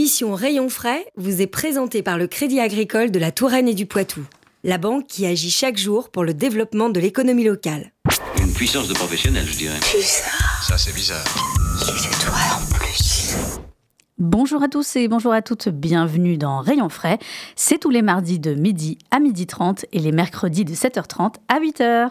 L'émission Rayon Frais vous est présentée par le Crédit Agricole de la Touraine et du Poitou, la banque qui agit chaque jour pour le développement de l'économie locale. Une puissance de professionnel, je dirais. Bizarre. Ça, c'est bizarre. C'est toi en plus. Bonjour à tous et bonjour à toutes, bienvenue dans Rayon Frais. C'est tous les mardis de midi à 12h30 et les mercredis de 7h30 à 8h.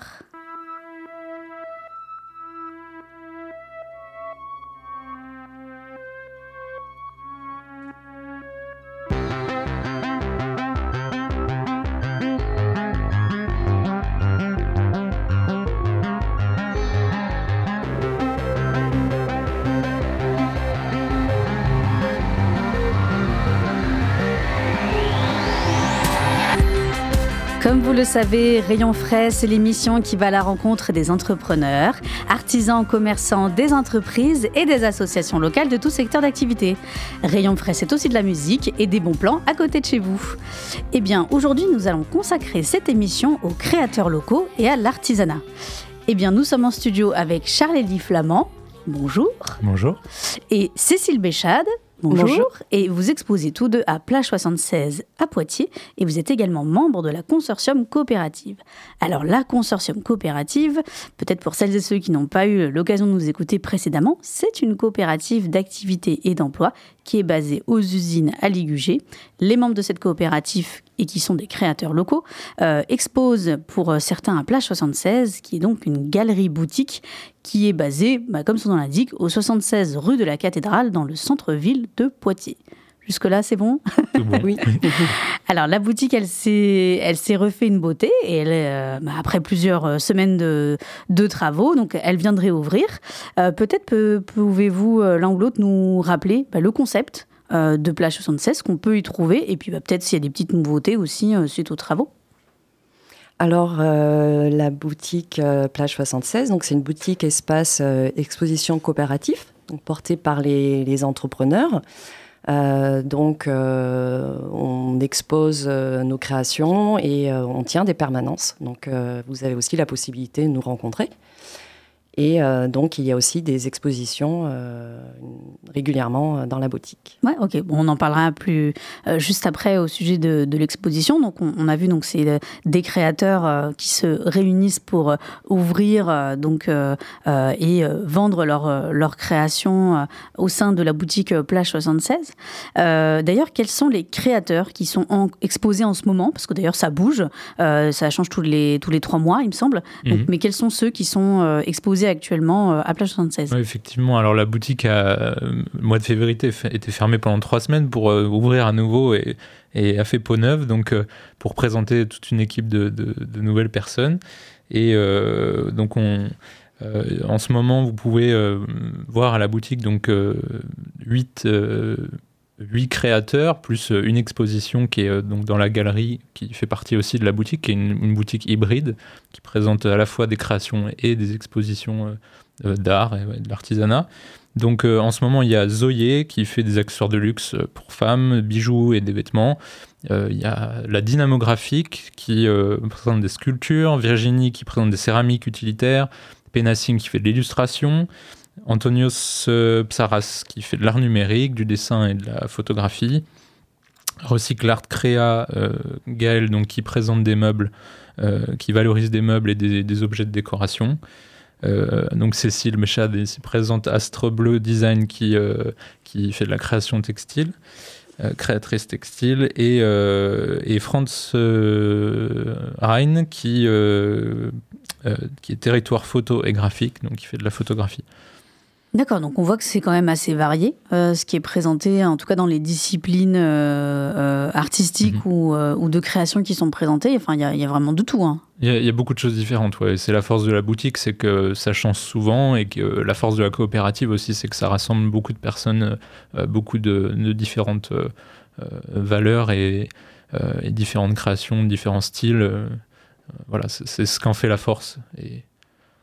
Comme vous le savez, Rayon Frais, c'est l'émission qui va à la rencontre des entrepreneurs, artisans, commerçants, des entreprises et des associations locales de tout secteur d'activité. Rayon Frais, c'est aussi de la musique et des bons plans à côté de chez vous. Eh bien, aujourd'hui, nous allons consacrer cette émission aux créateurs locaux et à l'artisanat. Eh bien, nous sommes en studio avec Charles-Élie Flamand. Bonjour. Bonjour. Et Cécile Béchade. Bonjour. Et vous exposez tous deux à Plage 76 à Poitiers et vous êtes également membre de la Consortium Coopérative. Alors la Consortium Coopérative, peut-être pour celles et ceux qui n'ont pas eu l'occasion de nous écouter précédemment, c'est une coopérative d'activité et d'emploi qui est basée aux usines à Ligugé. Les membres de cette coopérative et qui sont des créateurs locaux exposent pour certains à Plage 76, qui est donc une galerie-boutique qui est basée, comme son nom l'indique, au 76 rue de la Cathédrale, dans le centre-ville de Poitiers. Jusque-là, c'est bon ? C'est bon. Oui. Alors, la boutique, elle s'est refait une beauté, et elle, après plusieurs semaines de travaux, donc elle vient de réouvrir. Peut-être pouvez-vous, l'un ou l'autre, nous rappeler le concept de Plage 76 qu'on peut y trouver, et puis peut-être s'il y a des petites nouveautés aussi suite aux travaux. Alors, la boutique Plage 76, donc c'est une boutique espace exposition coopérative, donc portée par les entrepreneurs. On expose nos créations et on tient des permanences. Donc, vous avez aussi la possibilité de nous rencontrer. Et donc, il y a aussi des expositions régulièrement dans la boutique. Ouais, ok. Bon, on en parlera plus juste après au sujet de l'exposition. Donc, on a vu donc c'est des créateurs qui se réunissent pour ouvrir et vendre leur création au sein de la boutique Plage 76. D'ailleurs, quels sont les créateurs qui sont exposés en ce moment ? Parce que d'ailleurs, ça bouge, ça change tous les 3 mois, il me semble. Donc, mais quels sont ceux qui sont exposés actuellement à Plage 76. Oui, effectivement. Alors, la boutique, le mois de février, était fermée pendant 3 semaines pour ouvrir à nouveau et a fait peau neuve, donc pour présenter toute une équipe de nouvelles personnes. Et donc, en ce moment, vous pouvez voir à la boutique donc 8 créateurs, plus une exposition qui est donc dans la galerie, qui fait partie aussi de la boutique, qui est une boutique hybride, qui présente à la fois des créations et des expositions d'art et de l'artisanat. Donc en ce moment, il y a Zoé qui fait des accessoires de luxe pour femmes, bijoux et des vêtements. Il y a la Dynamographique qui présente des sculptures, Virginie qui présente des céramiques utilitaires, Pénassine qui fait de l'illustration, Antonios Psaras qui fait de l'art numérique, du dessin et de la photographie. Recycle Art Créa, Gaël donc, qui présente des meubles, qui valorise des meubles et des objets de décoration. Donc Cécile Béchade ici présente Astre Bleu Design qui fait de la création textile, créatrice textile, et Franz Rhein qui est territoire photo et graphique, donc qui fait de la photographie. D'accord, donc on voit que c'est quand même assez varié, ce qui est présenté, en tout cas dans les disciplines artistiques ou de création qui sont présentées. Enfin, il y a vraiment de tout. Hein. Il y a beaucoup de choses différentes. Ouais. C'est la force de la boutique, c'est que ça change souvent, et que la force de la coopérative aussi, c'est que ça rassemble beaucoup de personnes, beaucoup de différentes valeurs et différentes créations, différents styles. Voilà, c'est ce qu'en fait la force.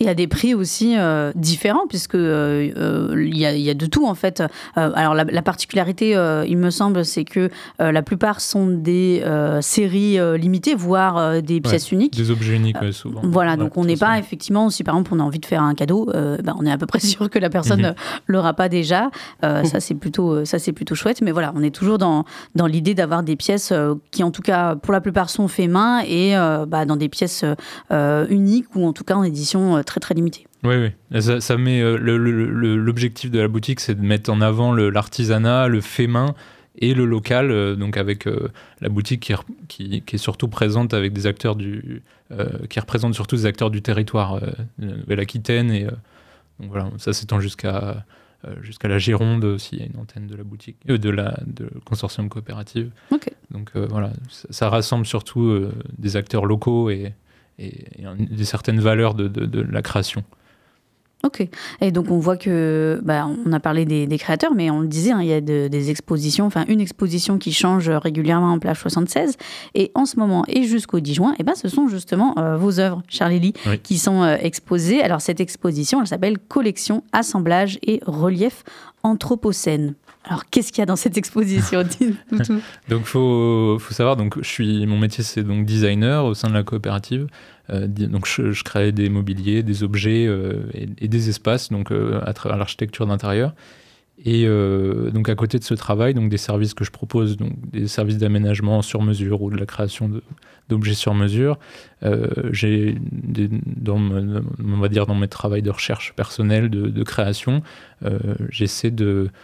Et à des prix aussi différents, puisque il y a de tout en fait. Alors la particularité, il me semble, c'est que la plupart sont des séries limitées, voire des pièces uniques. Des objets uniques, souvent. Voilà, donc on n'est pas effectivement, si par exemple on a envie de faire un cadeau, on est à peu près sûr que la personne l'aura pas déjà. Ça c'est plutôt chouette. Mais voilà, on est toujours dans l'idée d'avoir des pièces qui en tout cas pour la plupart sont faites main et dans des pièces uniques ou en tout cas en édition très très limitée. Oui. Ça met l'objectif de la boutique, c'est de mettre en avant l'artisanat, le fait main et le local, donc avec la boutique qui est surtout présente avec des acteurs qui représentent surtout des acteurs du territoire de l'Aquitaine et donc voilà, ça s'étend jusqu'à la Gironde aussi, il y a une antenne de la boutique, de consortium coopérative. Okay. Donc voilà, ça rassemble surtout des acteurs locaux et des certaines valeurs de la création. Ok. Et donc on voit que, on a parlé des créateurs, mais on le disait, il y a des expositions, enfin une exposition qui change régulièrement en Plage 76. Et en ce moment et jusqu'au 10 juin, ce sont justement vos œuvres, Charlélie, qui sont exposées. Alors cette exposition, elle s'appelle Collection, assemblage et relief anthropocène. Alors, qu'est-ce qu'il y a dans cette exposition, Toutou ? Donc, faut savoir, mon métier, c'est donc designer au sein de la coopérative. Donc, je crée des mobiliers, des objets et des espaces, donc à travers l'architecture d'intérieur. Et donc, à côté de ce travail, donc des services que je propose, donc des services d'aménagement sur mesure ou de la création d'objets sur mesure, j'ai dans mes travaux de recherche personnelle, de création, j'essaie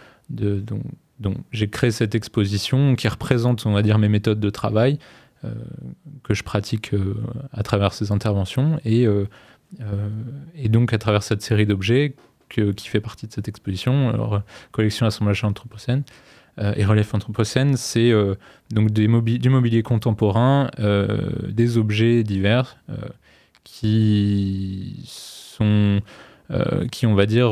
donc j'ai créé cette exposition qui représente, on va dire, mes méthodes de travail que je pratique à travers ces interventions et donc à travers cette série d'objets qui fait partie de cette exposition. Alors, collection assemblage anthropocène et relief anthropocène, c'est donc du mobilier contemporain, des objets divers qui on va dire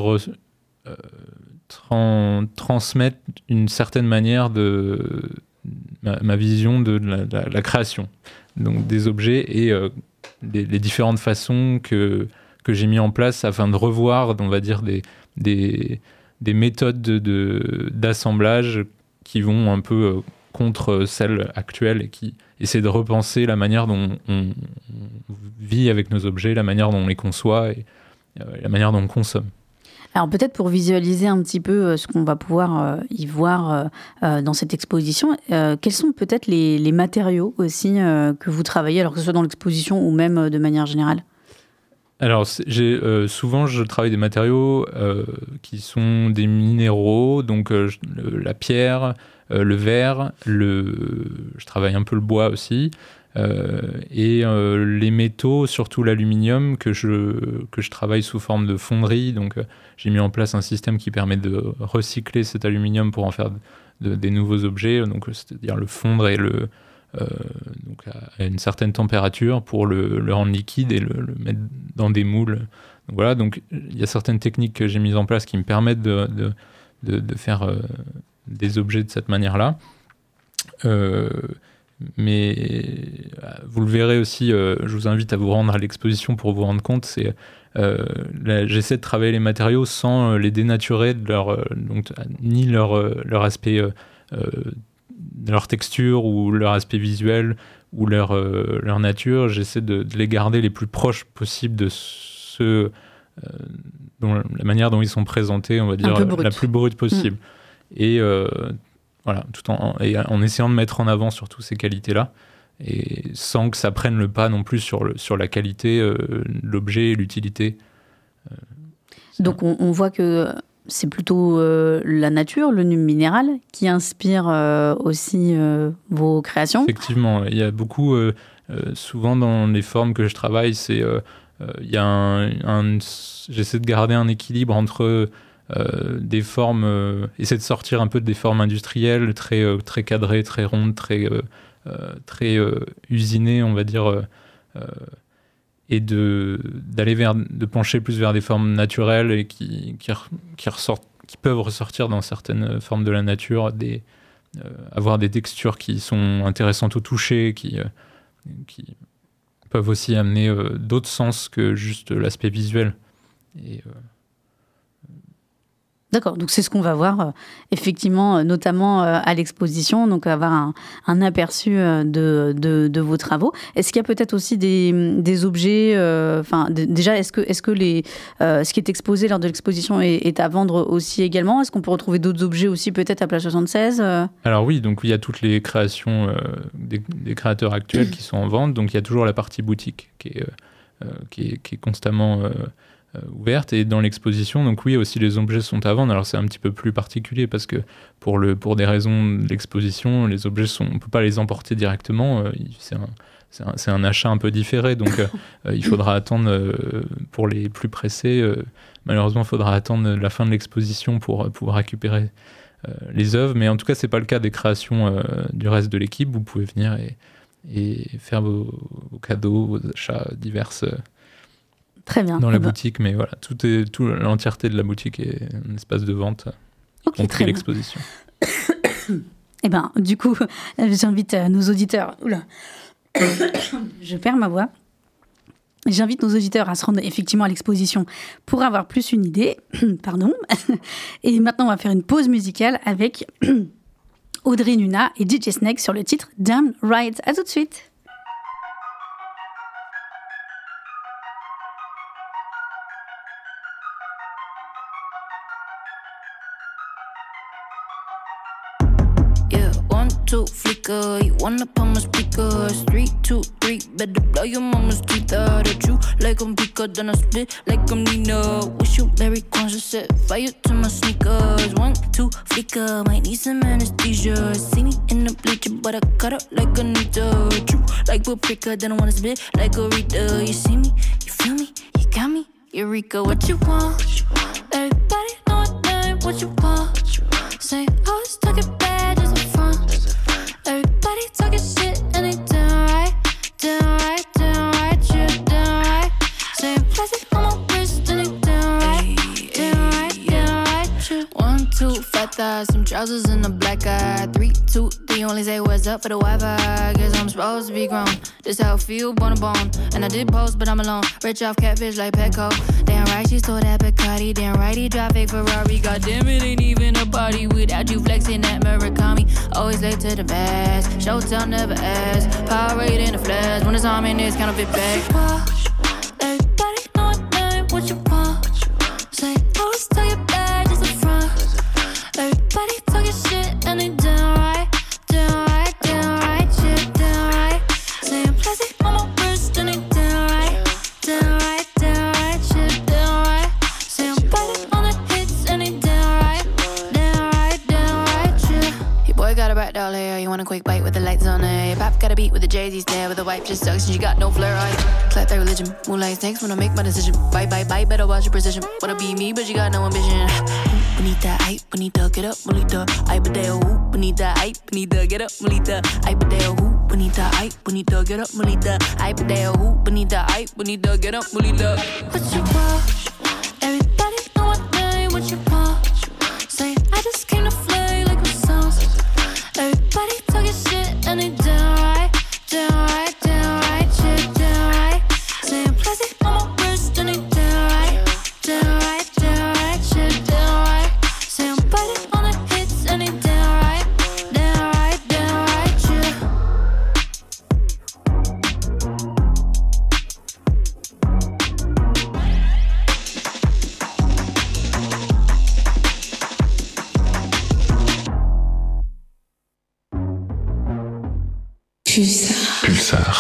transmettre une certaine manière de ma vision de la création. Donc des objets et les différentes façons que j'ai mis en place afin de revoir, on va dire, des méthodes d'assemblage qui vont un peu contre celles actuelles et qui essaient de repenser la manière dont on vit avec nos objets, la manière dont on les conçoit et la manière dont on consomme. Alors peut-être pour visualiser un petit peu ce qu'on va pouvoir y voir dans cette exposition, quels sont peut-être les matériaux aussi que vous travaillez, alors que ce soit dans l'exposition ou même de manière générale ? Alors souvent je travaille des matériaux qui sont des minéraux, donc la pierre, le verre, je travaille un peu le bois aussi. Et les métaux, surtout l'aluminium, que je travaille sous forme de fonderie. Donc, j'ai mis en place un système qui permet de recycler cet aluminium pour en faire des nouveaux objets. Donc, c'est-à-dire le fondre et donc à une certaine température pour le rendre liquide et le mettre dans des moules. Donc, voilà. Donc, il y a certaines techniques que j'ai mises en place qui me permettent de faire des objets de cette manière-là. Mais vous le verrez aussi, je vous invite à vous rendre à l'exposition pour vous rendre compte, j'essaie de travailler les matériaux sans les dénaturer ni leur aspect, leur texture ou leur aspect visuel ou leur nature. J'essaie de les garder les plus proches possible de la manière dont ils sont présentés, on va dire la plus brute possible. Et voilà, en essayant de mettre en avant surtout ces qualités-là, et sans que ça prenne le pas non plus sur la qualité de l'objet et l'utilité. Donc on voit que c'est plutôt la nature, le minéral, qui inspire aussi vos créations. Effectivement, il y a beaucoup, souvent dans les formes que je travaille, j'essaie de garder un équilibre entre des formes, essayer de sortir un peu des formes industrielles très cadrées, très rondes, très usinées, on va dire, et de pencher plus vers des formes naturelles et qui peuvent ressortir dans certaines formes de la nature, avoir des textures qui sont intéressantes au toucher, qui peuvent aussi amener d'autres sens que juste l'aspect visuel. Et, D'accord, donc c'est ce qu'on va voir effectivement, notamment à l'exposition, donc avoir un aperçu de vos travaux. Est-ce qu'il y a peut-être aussi des objets, déjà, est-ce que ce qui est exposé lors de l'exposition est à vendre aussi également ? Est-ce qu'on peut retrouver d'autres objets aussi peut-être à Plage 76 ? Alors oui, donc il y a toutes les créations des créateurs actuels qui sont en vente, donc il y a toujours la partie boutique qui est constamment ouverte, et dans l'exposition, donc oui, aussi les objets sont à vendre. Alors c'est un petit peu plus particulier parce que pour des raisons de l'exposition, les objets on peut pas les emporter directement, c'est un achat un peu différé, donc il faudra attendre pour les plus pressés, malheureusement il faudra attendre la fin de l'exposition pour pouvoir récupérer les œuvres, mais en tout cas c'est pas le cas des créations du reste de l'équipe. Vous pouvez venir et faire vos cadeaux, vos achats divers Très bien. Dans la boutique, mais voilà, l'entièreté de la boutique est un espace de vente, y compris l'exposition. Eh bien, du coup, j'invite nos auditeurs... Oula, je perds ma voix. J'invite nos auditeurs à se rendre effectivement à l'exposition pour avoir plus une idée. Pardon. Et maintenant, on va faire une pause musicale avec Audrey Nuna et DJ Snake sur le titre Damn Right. À tout de suite. Two flicker, you wanna pump my speakers. 3, 2, 3, better blow your mama's teeth out. At you like I'm Pika, then I spit like I'm Nina. Wish you Larry conscious, set fire to my sneakers. 1, 2, flicker, might need some anesthesia. See me in the bleacher, but I cut up like Anita. True, like Paprika, then I wanna spit like a Rita. You see me, you feel me, you got me, Eureka. What you want? Everybody know what you want. Say, oh, it's talking bad, just a front. Everybody talking shit and they down right, yeah, down right. Saying plastic on my wrist and they down right, yeah. 1, 2, fat thighs, some trousers and a black eye. 3, 2, 3, only say what's up for the Wi-Fi. Guess I'm supposed to be grown. This how I feel, bone to bone. And I did post, but I'm alone. Rich off catfish like Petco. Damn right, she stole that Bacardi. Damn right, he drive fake Ferrari. Goddamn, it ain't even a party without you flexing that Murakami. Always late to the best. Showtime never ask. Power rate in the flash. When it's on me, it's counterfeit back. Everybody know what you want. Say, always tell you bad, just a front. Everybody talking shit and they down right, yeah, down right. Saying plastic on my wrist and they down right, yeah, down right. Saying plastic on the hits and they down right, yeah. Your boy got a bright doll hair, you want a quick bite with the lights on it. Your pop got a beat with the Jay-Z stare, with the wipe just sucks and you got no flair, right? Clap that religion, moonlight snakes when I make my decision. Bye, better watch your precision. Wanna be me, but you got no ambition. Bonita, ay, bonita, get up, molita. Ay, badeo, bonita, ay, bonita, get up, molita. Ay, badeo, bonita, ay, bonita, get up, molita. Ay, badeo, bonita, ay, bonita, get up, molita. What you want? Everybody know what you want. Say, I just came to play like my songs. Everybody talking shit and they down right, yeah, down right. Saying plastic on my wrist and they down right, yeah, down right. Saying plastic on the hits and they down right, yeah. Pulsar.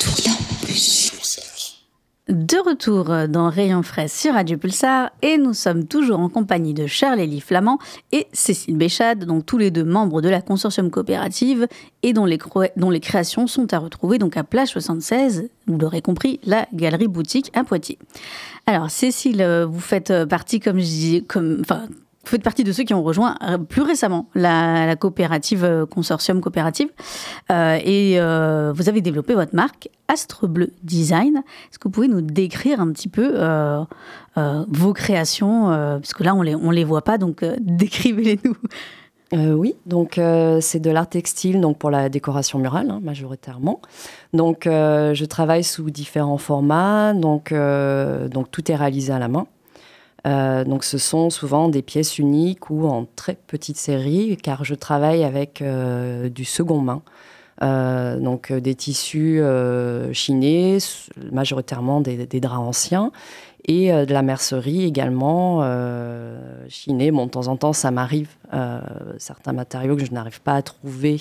De retour dans Rayon Frais sur Radio Pulsar, et nous sommes toujours en compagnie de Charles-Élie Flamand et Cécile Béchade, donc tous les deux membres de la consortium coopérative et dont les créations sont à retrouver donc à Plage 76, vous l'aurez compris, la galerie boutique à Poitiers. Alors Cécile, vous faites partie, vous faites partie de ceux qui ont rejoint plus récemment la coopérative, consortium coopérative, et vous avez développé votre marque Astre Bleu Design. Est-ce que vous pouvez nous décrire un petit peu vos créations, parce que là on les voit pas, donc décrivez-les-nous. Oui, donc c'est de l'art textile donc pour la décoration murale majoritairement. Donc je travaille sous différents formats, donc tout est réalisé à la main. Donc ce sont souvent des pièces uniques ou en très petite série, car je travaille avec du second main. Donc des tissus chinés, majoritairement des draps anciens, et de la mercerie également chinée. Bon, de temps en temps, ça m'arrive certains matériaux que je n'arrive pas à trouver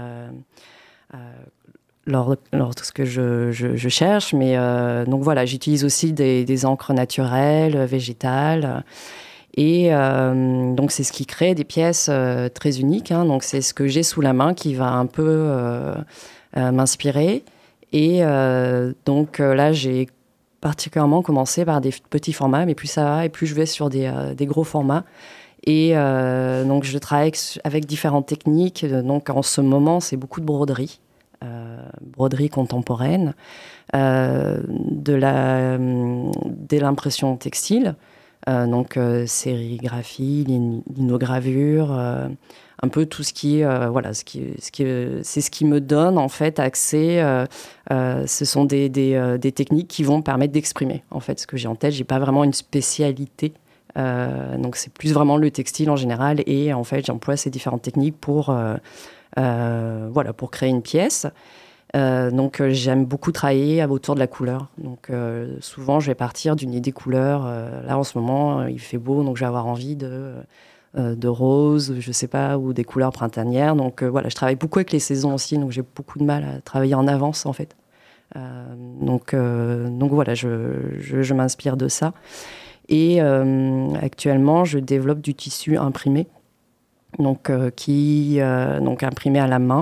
lorsque je cherche. Mais donc voilà, j'utilise aussi des encres naturelles, végétales. Et donc, c'est ce qui crée des pièces très uniques. Donc, c'est ce que j'ai sous la main qui va un peu m'inspirer. Et donc, là, j'ai particulièrement commencé par des petits formats, mais plus ça va et plus je vais sur des gros formats. Et donc, je travaille avec différentes techniques. Donc, en ce moment, c'est beaucoup de broderie contemporaine, de l'impression textile. Donc sérigraphie, linogravure, un peu tout ce qui c'est ce qui me donne en fait accès. Ce sont des techniques qui vont permettre d'exprimer en fait ce que j'ai en tête. J'ai pas vraiment une spécialité, donc c'est plus vraiment le textile en général, et en fait j'emploie ces différentes techniques pour créer une pièce. Donc j'aime beaucoup travailler autour de la couleur. Donc souvent je vais partir d'une idée couleur. Là en ce moment il fait beau, donc je vais avoir envie de rose, je sais pas, ou des couleurs printanières. Donc voilà, je travaille beaucoup avec les saisons aussi, donc j'ai beaucoup de mal à travailler en avance en fait. Donc voilà, je m'inspire de ça. Et actuellement je développe du tissu imprimé, donc imprimé à la main.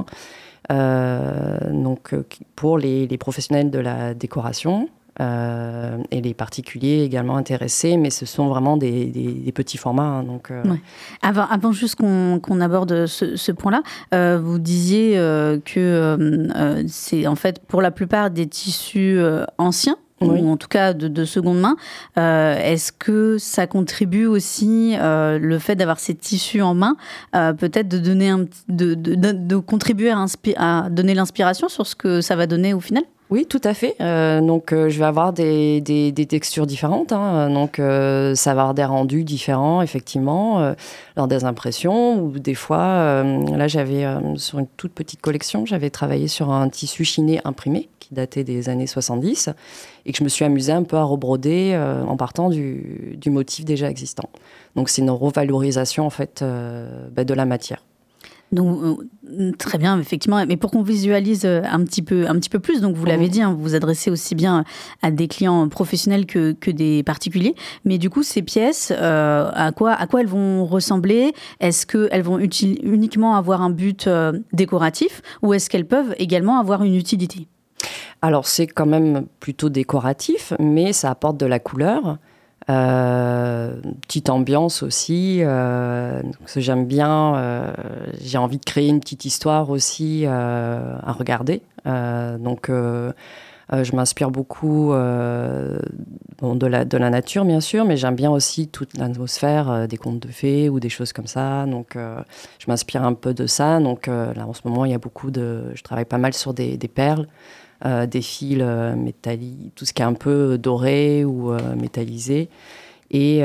Pour les professionnels de la décoration et les particuliers également intéressés, mais ce sont vraiment des petits formats. Ouais. Avant juste qu'on aborde ce point-là, vous disiez que c'est en fait pour la plupart des tissus anciens, oui, ou en tout cas de seconde main. Est-ce que ça contribue aussi, le fait d'avoir ces tissus en main, peut-être de donner de contribuer à donner l'inspiration sur ce que ça va donner au final ? Oui, tout à fait. Je vais avoir des textures différentes. Donc, ça va avoir des rendus différents, effectivement, lors des impressions. Ou des fois, là, j'avais, sur une toute petite collection, j'avais travaillé sur un tissu chiné imprimé qui datait des années 70 et que je me suis amusée un peu à rebroder en partant du motif déjà existant. Donc, c'est une revalorisation, en fait, de la matière. Donc, très bien, effectivement. Mais pour qu'on visualise un petit peu plus, donc vous l'avez dit, vous vous adressez aussi bien à des clients professionnels que des particuliers. Mais du coup, ces pièces, à quoi elles vont ressembler ? Est-ce qu'elles vont uniquement avoir un but décoratif, ou est-ce qu'elles peuvent également avoir une utilité ? Alors, c'est quand même plutôt décoratif, mais ça apporte de la couleur. Petite ambiance aussi, parce que j'aime bien, j'ai envie de créer une petite histoire aussi à regarder. Je m'inspire beaucoup de la nature, bien sûr, mais j'aime bien aussi toute l'atmosphère des contes de fées ou des choses comme ça. Donc, je m'inspire un peu de ça. Donc, là, en ce moment, il y a je travaille pas mal sur des perles. Des fils métalliques, tout ce qui est un peu doré ou métallisé. Et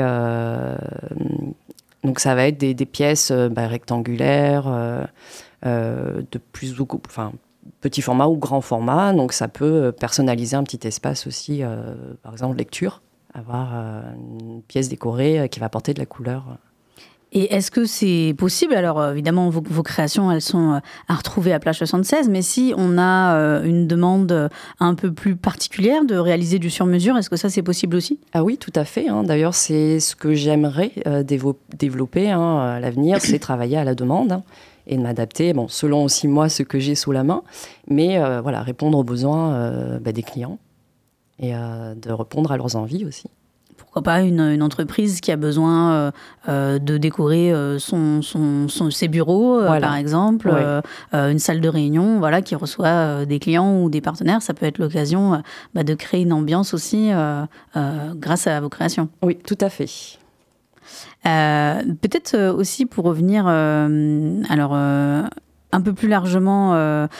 donc, ça va être des pièces rectangulaires, de plus ou petit format ou grand format. Donc, ça peut personnaliser un petit espace aussi, par exemple, lecture, avoir une pièce décorée qui va apporter de la couleur. Et est-ce que c'est possible ? Alors, évidemment, vos créations, elles sont à retrouver à Plage 76, mais si on a une demande un peu plus particulière de réaliser du sur-mesure, est-ce que ça, c'est possible aussi ? Ah oui, tout à fait. D'ailleurs, c'est ce que j'aimerais développer à l'avenir, c'est travailler à la demande et de m'adapter, selon aussi moi ce que j'ai sous la main, mais répondre aux besoins des clients et de répondre à leurs envies aussi. Pourquoi pas une entreprise qui a besoin de décorer ses bureaux, par exemple, une salle de réunion, qui reçoit des clients ou des partenaires. Ça peut être l'occasion de créer une ambiance aussi grâce à vos créations. Oui, tout à fait. Peut-être aussi pour revenir un peu plus largement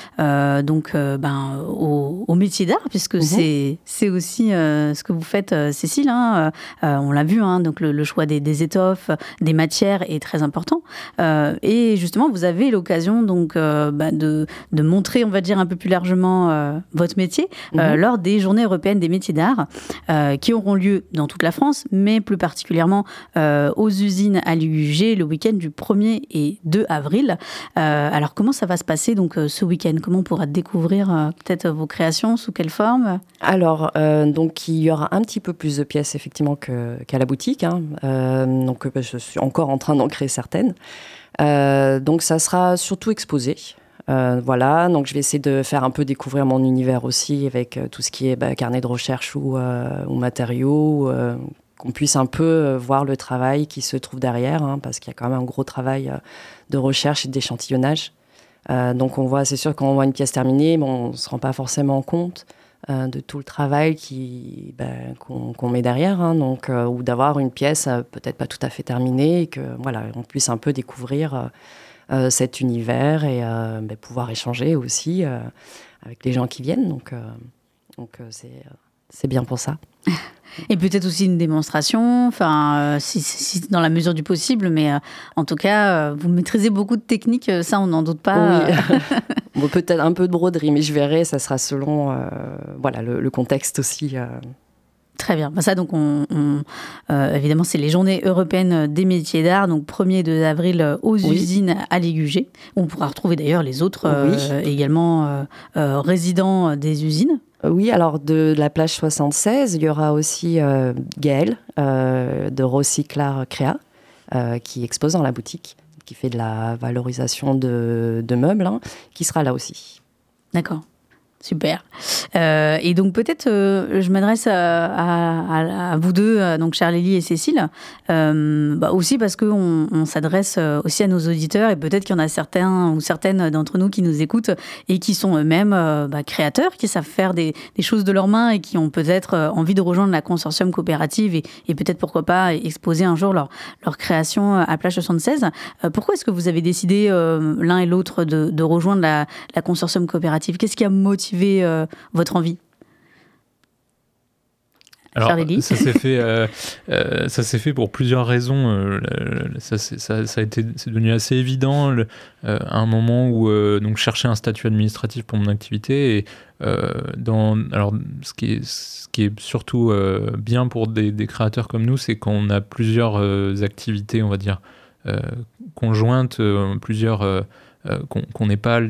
au métier d'art, puisque c'est aussi ce que vous faites, Cécile. On l'a vu, donc le choix des étoffes, des matières est très important. Et justement, vous avez l'occasion donc de montrer, on va dire un peu plus largement votre métier lors des Journées européennes des métiers d'art, qui auront lieu dans toute la France, mais plus particulièrement aux usines à l'UUG le week-end du 1er et 2 avril. Alors, comment ça va se passer donc ce week-end ? Comment on pourra découvrir peut-être vos créations ? Sous quelle forme ? Alors, donc il y aura un petit peu plus de pièces effectivement qu'à la boutique. Donc je suis encore en train d'en créer certaines. Donc ça sera surtout exposé. Voilà, donc je vais essayer de faire un peu découvrir mon univers aussi avec tout ce qui est carnet de recherche ou matériaux. Qu'on puisse un peu voir le travail qui se trouve derrière, parce qu'il y a quand même un gros travail de recherche et d'échantillonnage. Donc c'est sûr quand on voit une pièce terminée, on ne se rend pas forcément compte de tout le travail qu'on met derrière, ou d'avoir une pièce peut-être pas tout à fait terminée et on puisse un peu découvrir cet univers et pouvoir échanger aussi avec les gens qui viennent. Donc c'est bien pour ça. Et peut-être aussi une démonstration, si dans la mesure du possible, mais en tout cas, vous maîtrisez beaucoup de techniques, ça on n'en doute pas. Oui. Peut-être un peu de broderie, mais je verrai, ça sera selon le contexte aussi. Très bien. Ça, donc, évidemment, c'est les Journées européennes des métiers d'art, donc 1er et 2 avril aux usines à l'UUG. On pourra retrouver d'ailleurs les autres également résidents des usines. Oui, alors de la plage 76, il y aura aussi Gaëlle de Recyclar Créa qui expose dans la boutique, qui fait de la valorisation de meubles, qui sera là aussi. D'accord. Super. Et donc peut-être, je m'adresse à vous deux, donc Charlélie et Cécile, aussi parce qu'on s'adresse aussi à nos auditeurs et peut-être qu'il y en a certains ou certaines d'entre nous qui nous écoutent et qui sont eux-mêmes créateurs, qui savent faire des choses de leurs mains et qui ont peut-être envie de rejoindre la consortium coopérative et peut-être pourquoi pas exposer un jour leur création à Plage 76. Pourquoi est-ce que vous avez décidé l'un et l'autre de rejoindre la consortium coopérative ? Qu'est-ce qui a motivé votre envie ? Alors, ça s'est fait pour plusieurs raisons. C'est devenu assez évident à un moment où donc je cherchais un statut administratif pour mon activité. Et ce qui est surtout bien pour des créateurs comme nous, c'est qu'on a plusieurs activités, on va dire, conjointes, qu'on n'est pas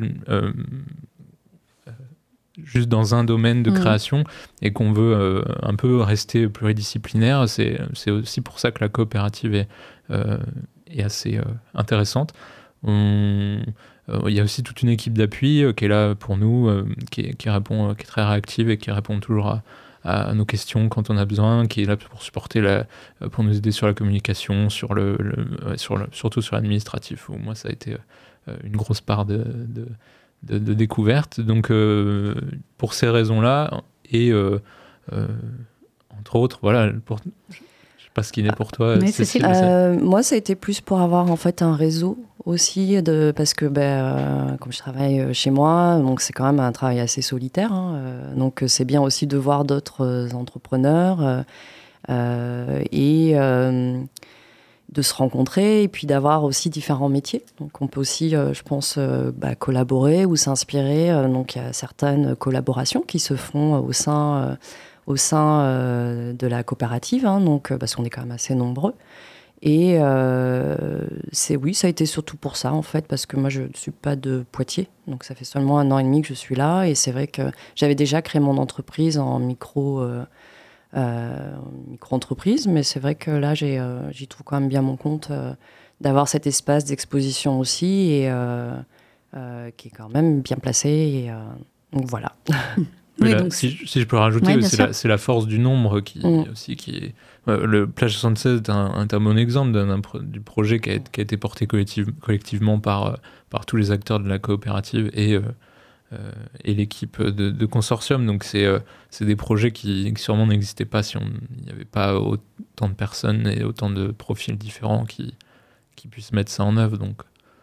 juste dans un domaine de création et qu'on veut un peu rester pluridisciplinaire. C'est aussi pour ça que la coopérative est assez intéressante. Il y a aussi toute une équipe d'appui qui est là pour nous, qui répond, qui est très réactive et qui répond toujours à nos questions quand on a besoin, qui est là pour supporter pour nous aider sur la communication, surtout sur l'administratif, où moi ça a été une grosse part de découverte. Donc pour ces raisons-là et entre autres, voilà, je sais pas ce qui est pour toi, Cécile. Moi, ça a été plus pour avoir en fait un réseau aussi, parce que comme je travaille chez moi, donc c'est quand même un travail assez solitaire, donc c'est bien aussi de voir d'autres entrepreneurs et de se rencontrer et puis d'avoir aussi différents métiers. Donc on peut aussi, je pense, collaborer ou s'inspirer. Donc il y a certaines collaborations qui se font au sein de la coopérative, donc, parce qu'on est quand même assez nombreux. Et ça a été surtout pour ça, en fait, parce que moi, je ne suis pas de Poitiers. Donc ça fait seulement 1 an et demi que je suis là. Et c'est vrai que j'avais déjà créé mon entreprise en micro-entreprise, mais c'est vrai que là, j'y trouve quand même bien mon compte d'avoir cet espace d'exposition aussi et qui est quand même bien placé. Et, donc voilà. Oui, donc si je peux rajouter, c'est la force du nombre qui est... Le Plage 76 est un bon exemple du projet qui a été porté collectivement par tous les acteurs de la coopérative et et l'équipe de consortium. Donc c'est des projets qui sûrement n'existaient pas si il n'y avait pas autant de personnes et autant de profils différents qui puissent mettre ça en œuvre. Donc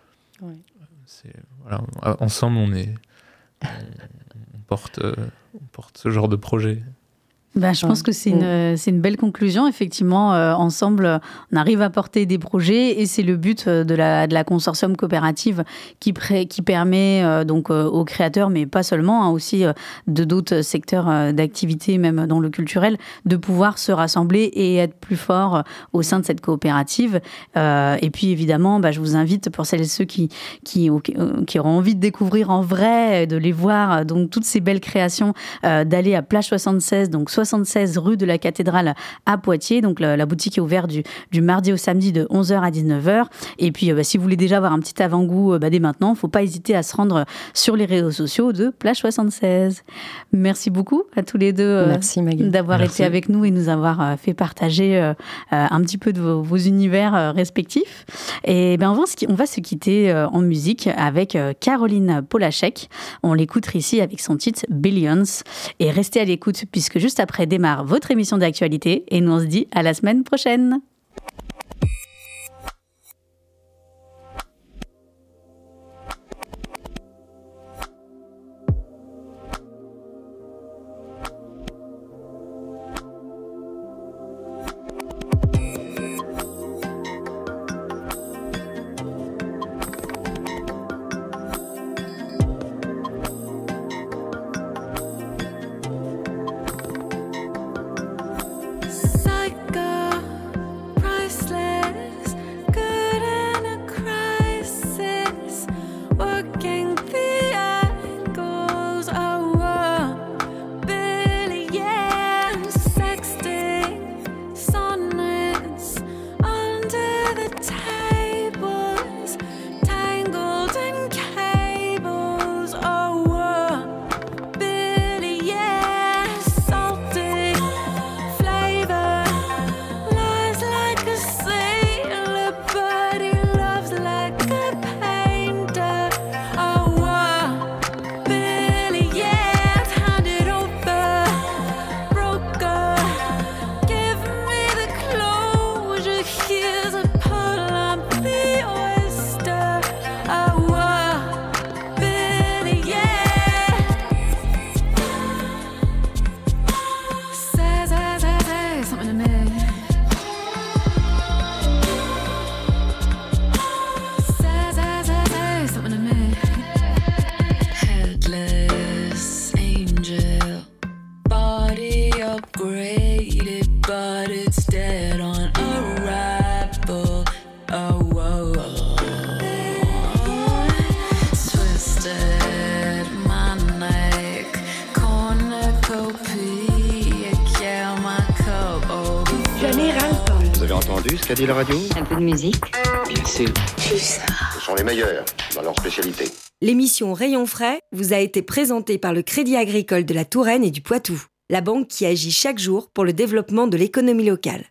voilà, ensemble on porte ce genre de projet. Je pense que c'est une belle conclusion. Effectivement, ensemble, on arrive à porter des projets et c'est le but de la consortium coopérative qui permet donc aux créateurs, mais pas seulement, aussi de d'autres secteurs d'activité, même dans le culturel, de pouvoir se rassembler et être plus forts au sein de cette coopérative. Et puis évidemment, je vous invite, pour celles et ceux qui auront envie de découvrir en vrai, de les voir, donc toutes ces belles créations, d'aller à Plage 76, donc 76 rue de la Cathédrale à Poitiers. Donc la boutique est ouverte du mardi au samedi de 11h à 19h. Et puis si vous voulez déjà avoir un petit avant-goût dès maintenant, il ne faut pas hésiter à se rendre sur les réseaux sociaux de Plage 76. Merci beaucoup à tous les deux d'avoir été avec nous et nous avoir fait partager un petit peu de vos univers respectifs. Et on va se quitter en musique avec Caroline Polachek. On l'écoute ici avec son titre Billions. Et restez à l'écoute puisque juste après démarre votre émission d'actualité et nous on se dit à la semaine prochaine. Qu'a dit la radio ? Un peu de musique. Bien sûr. Plus ça. Ce sont les meilleurs dans leur spécialité. L'émission Rayon Frais vous a été présentée par le Crédit Agricole de la Touraine et du Poitou, la banque qui agit chaque jour pour le développement de l'économie locale.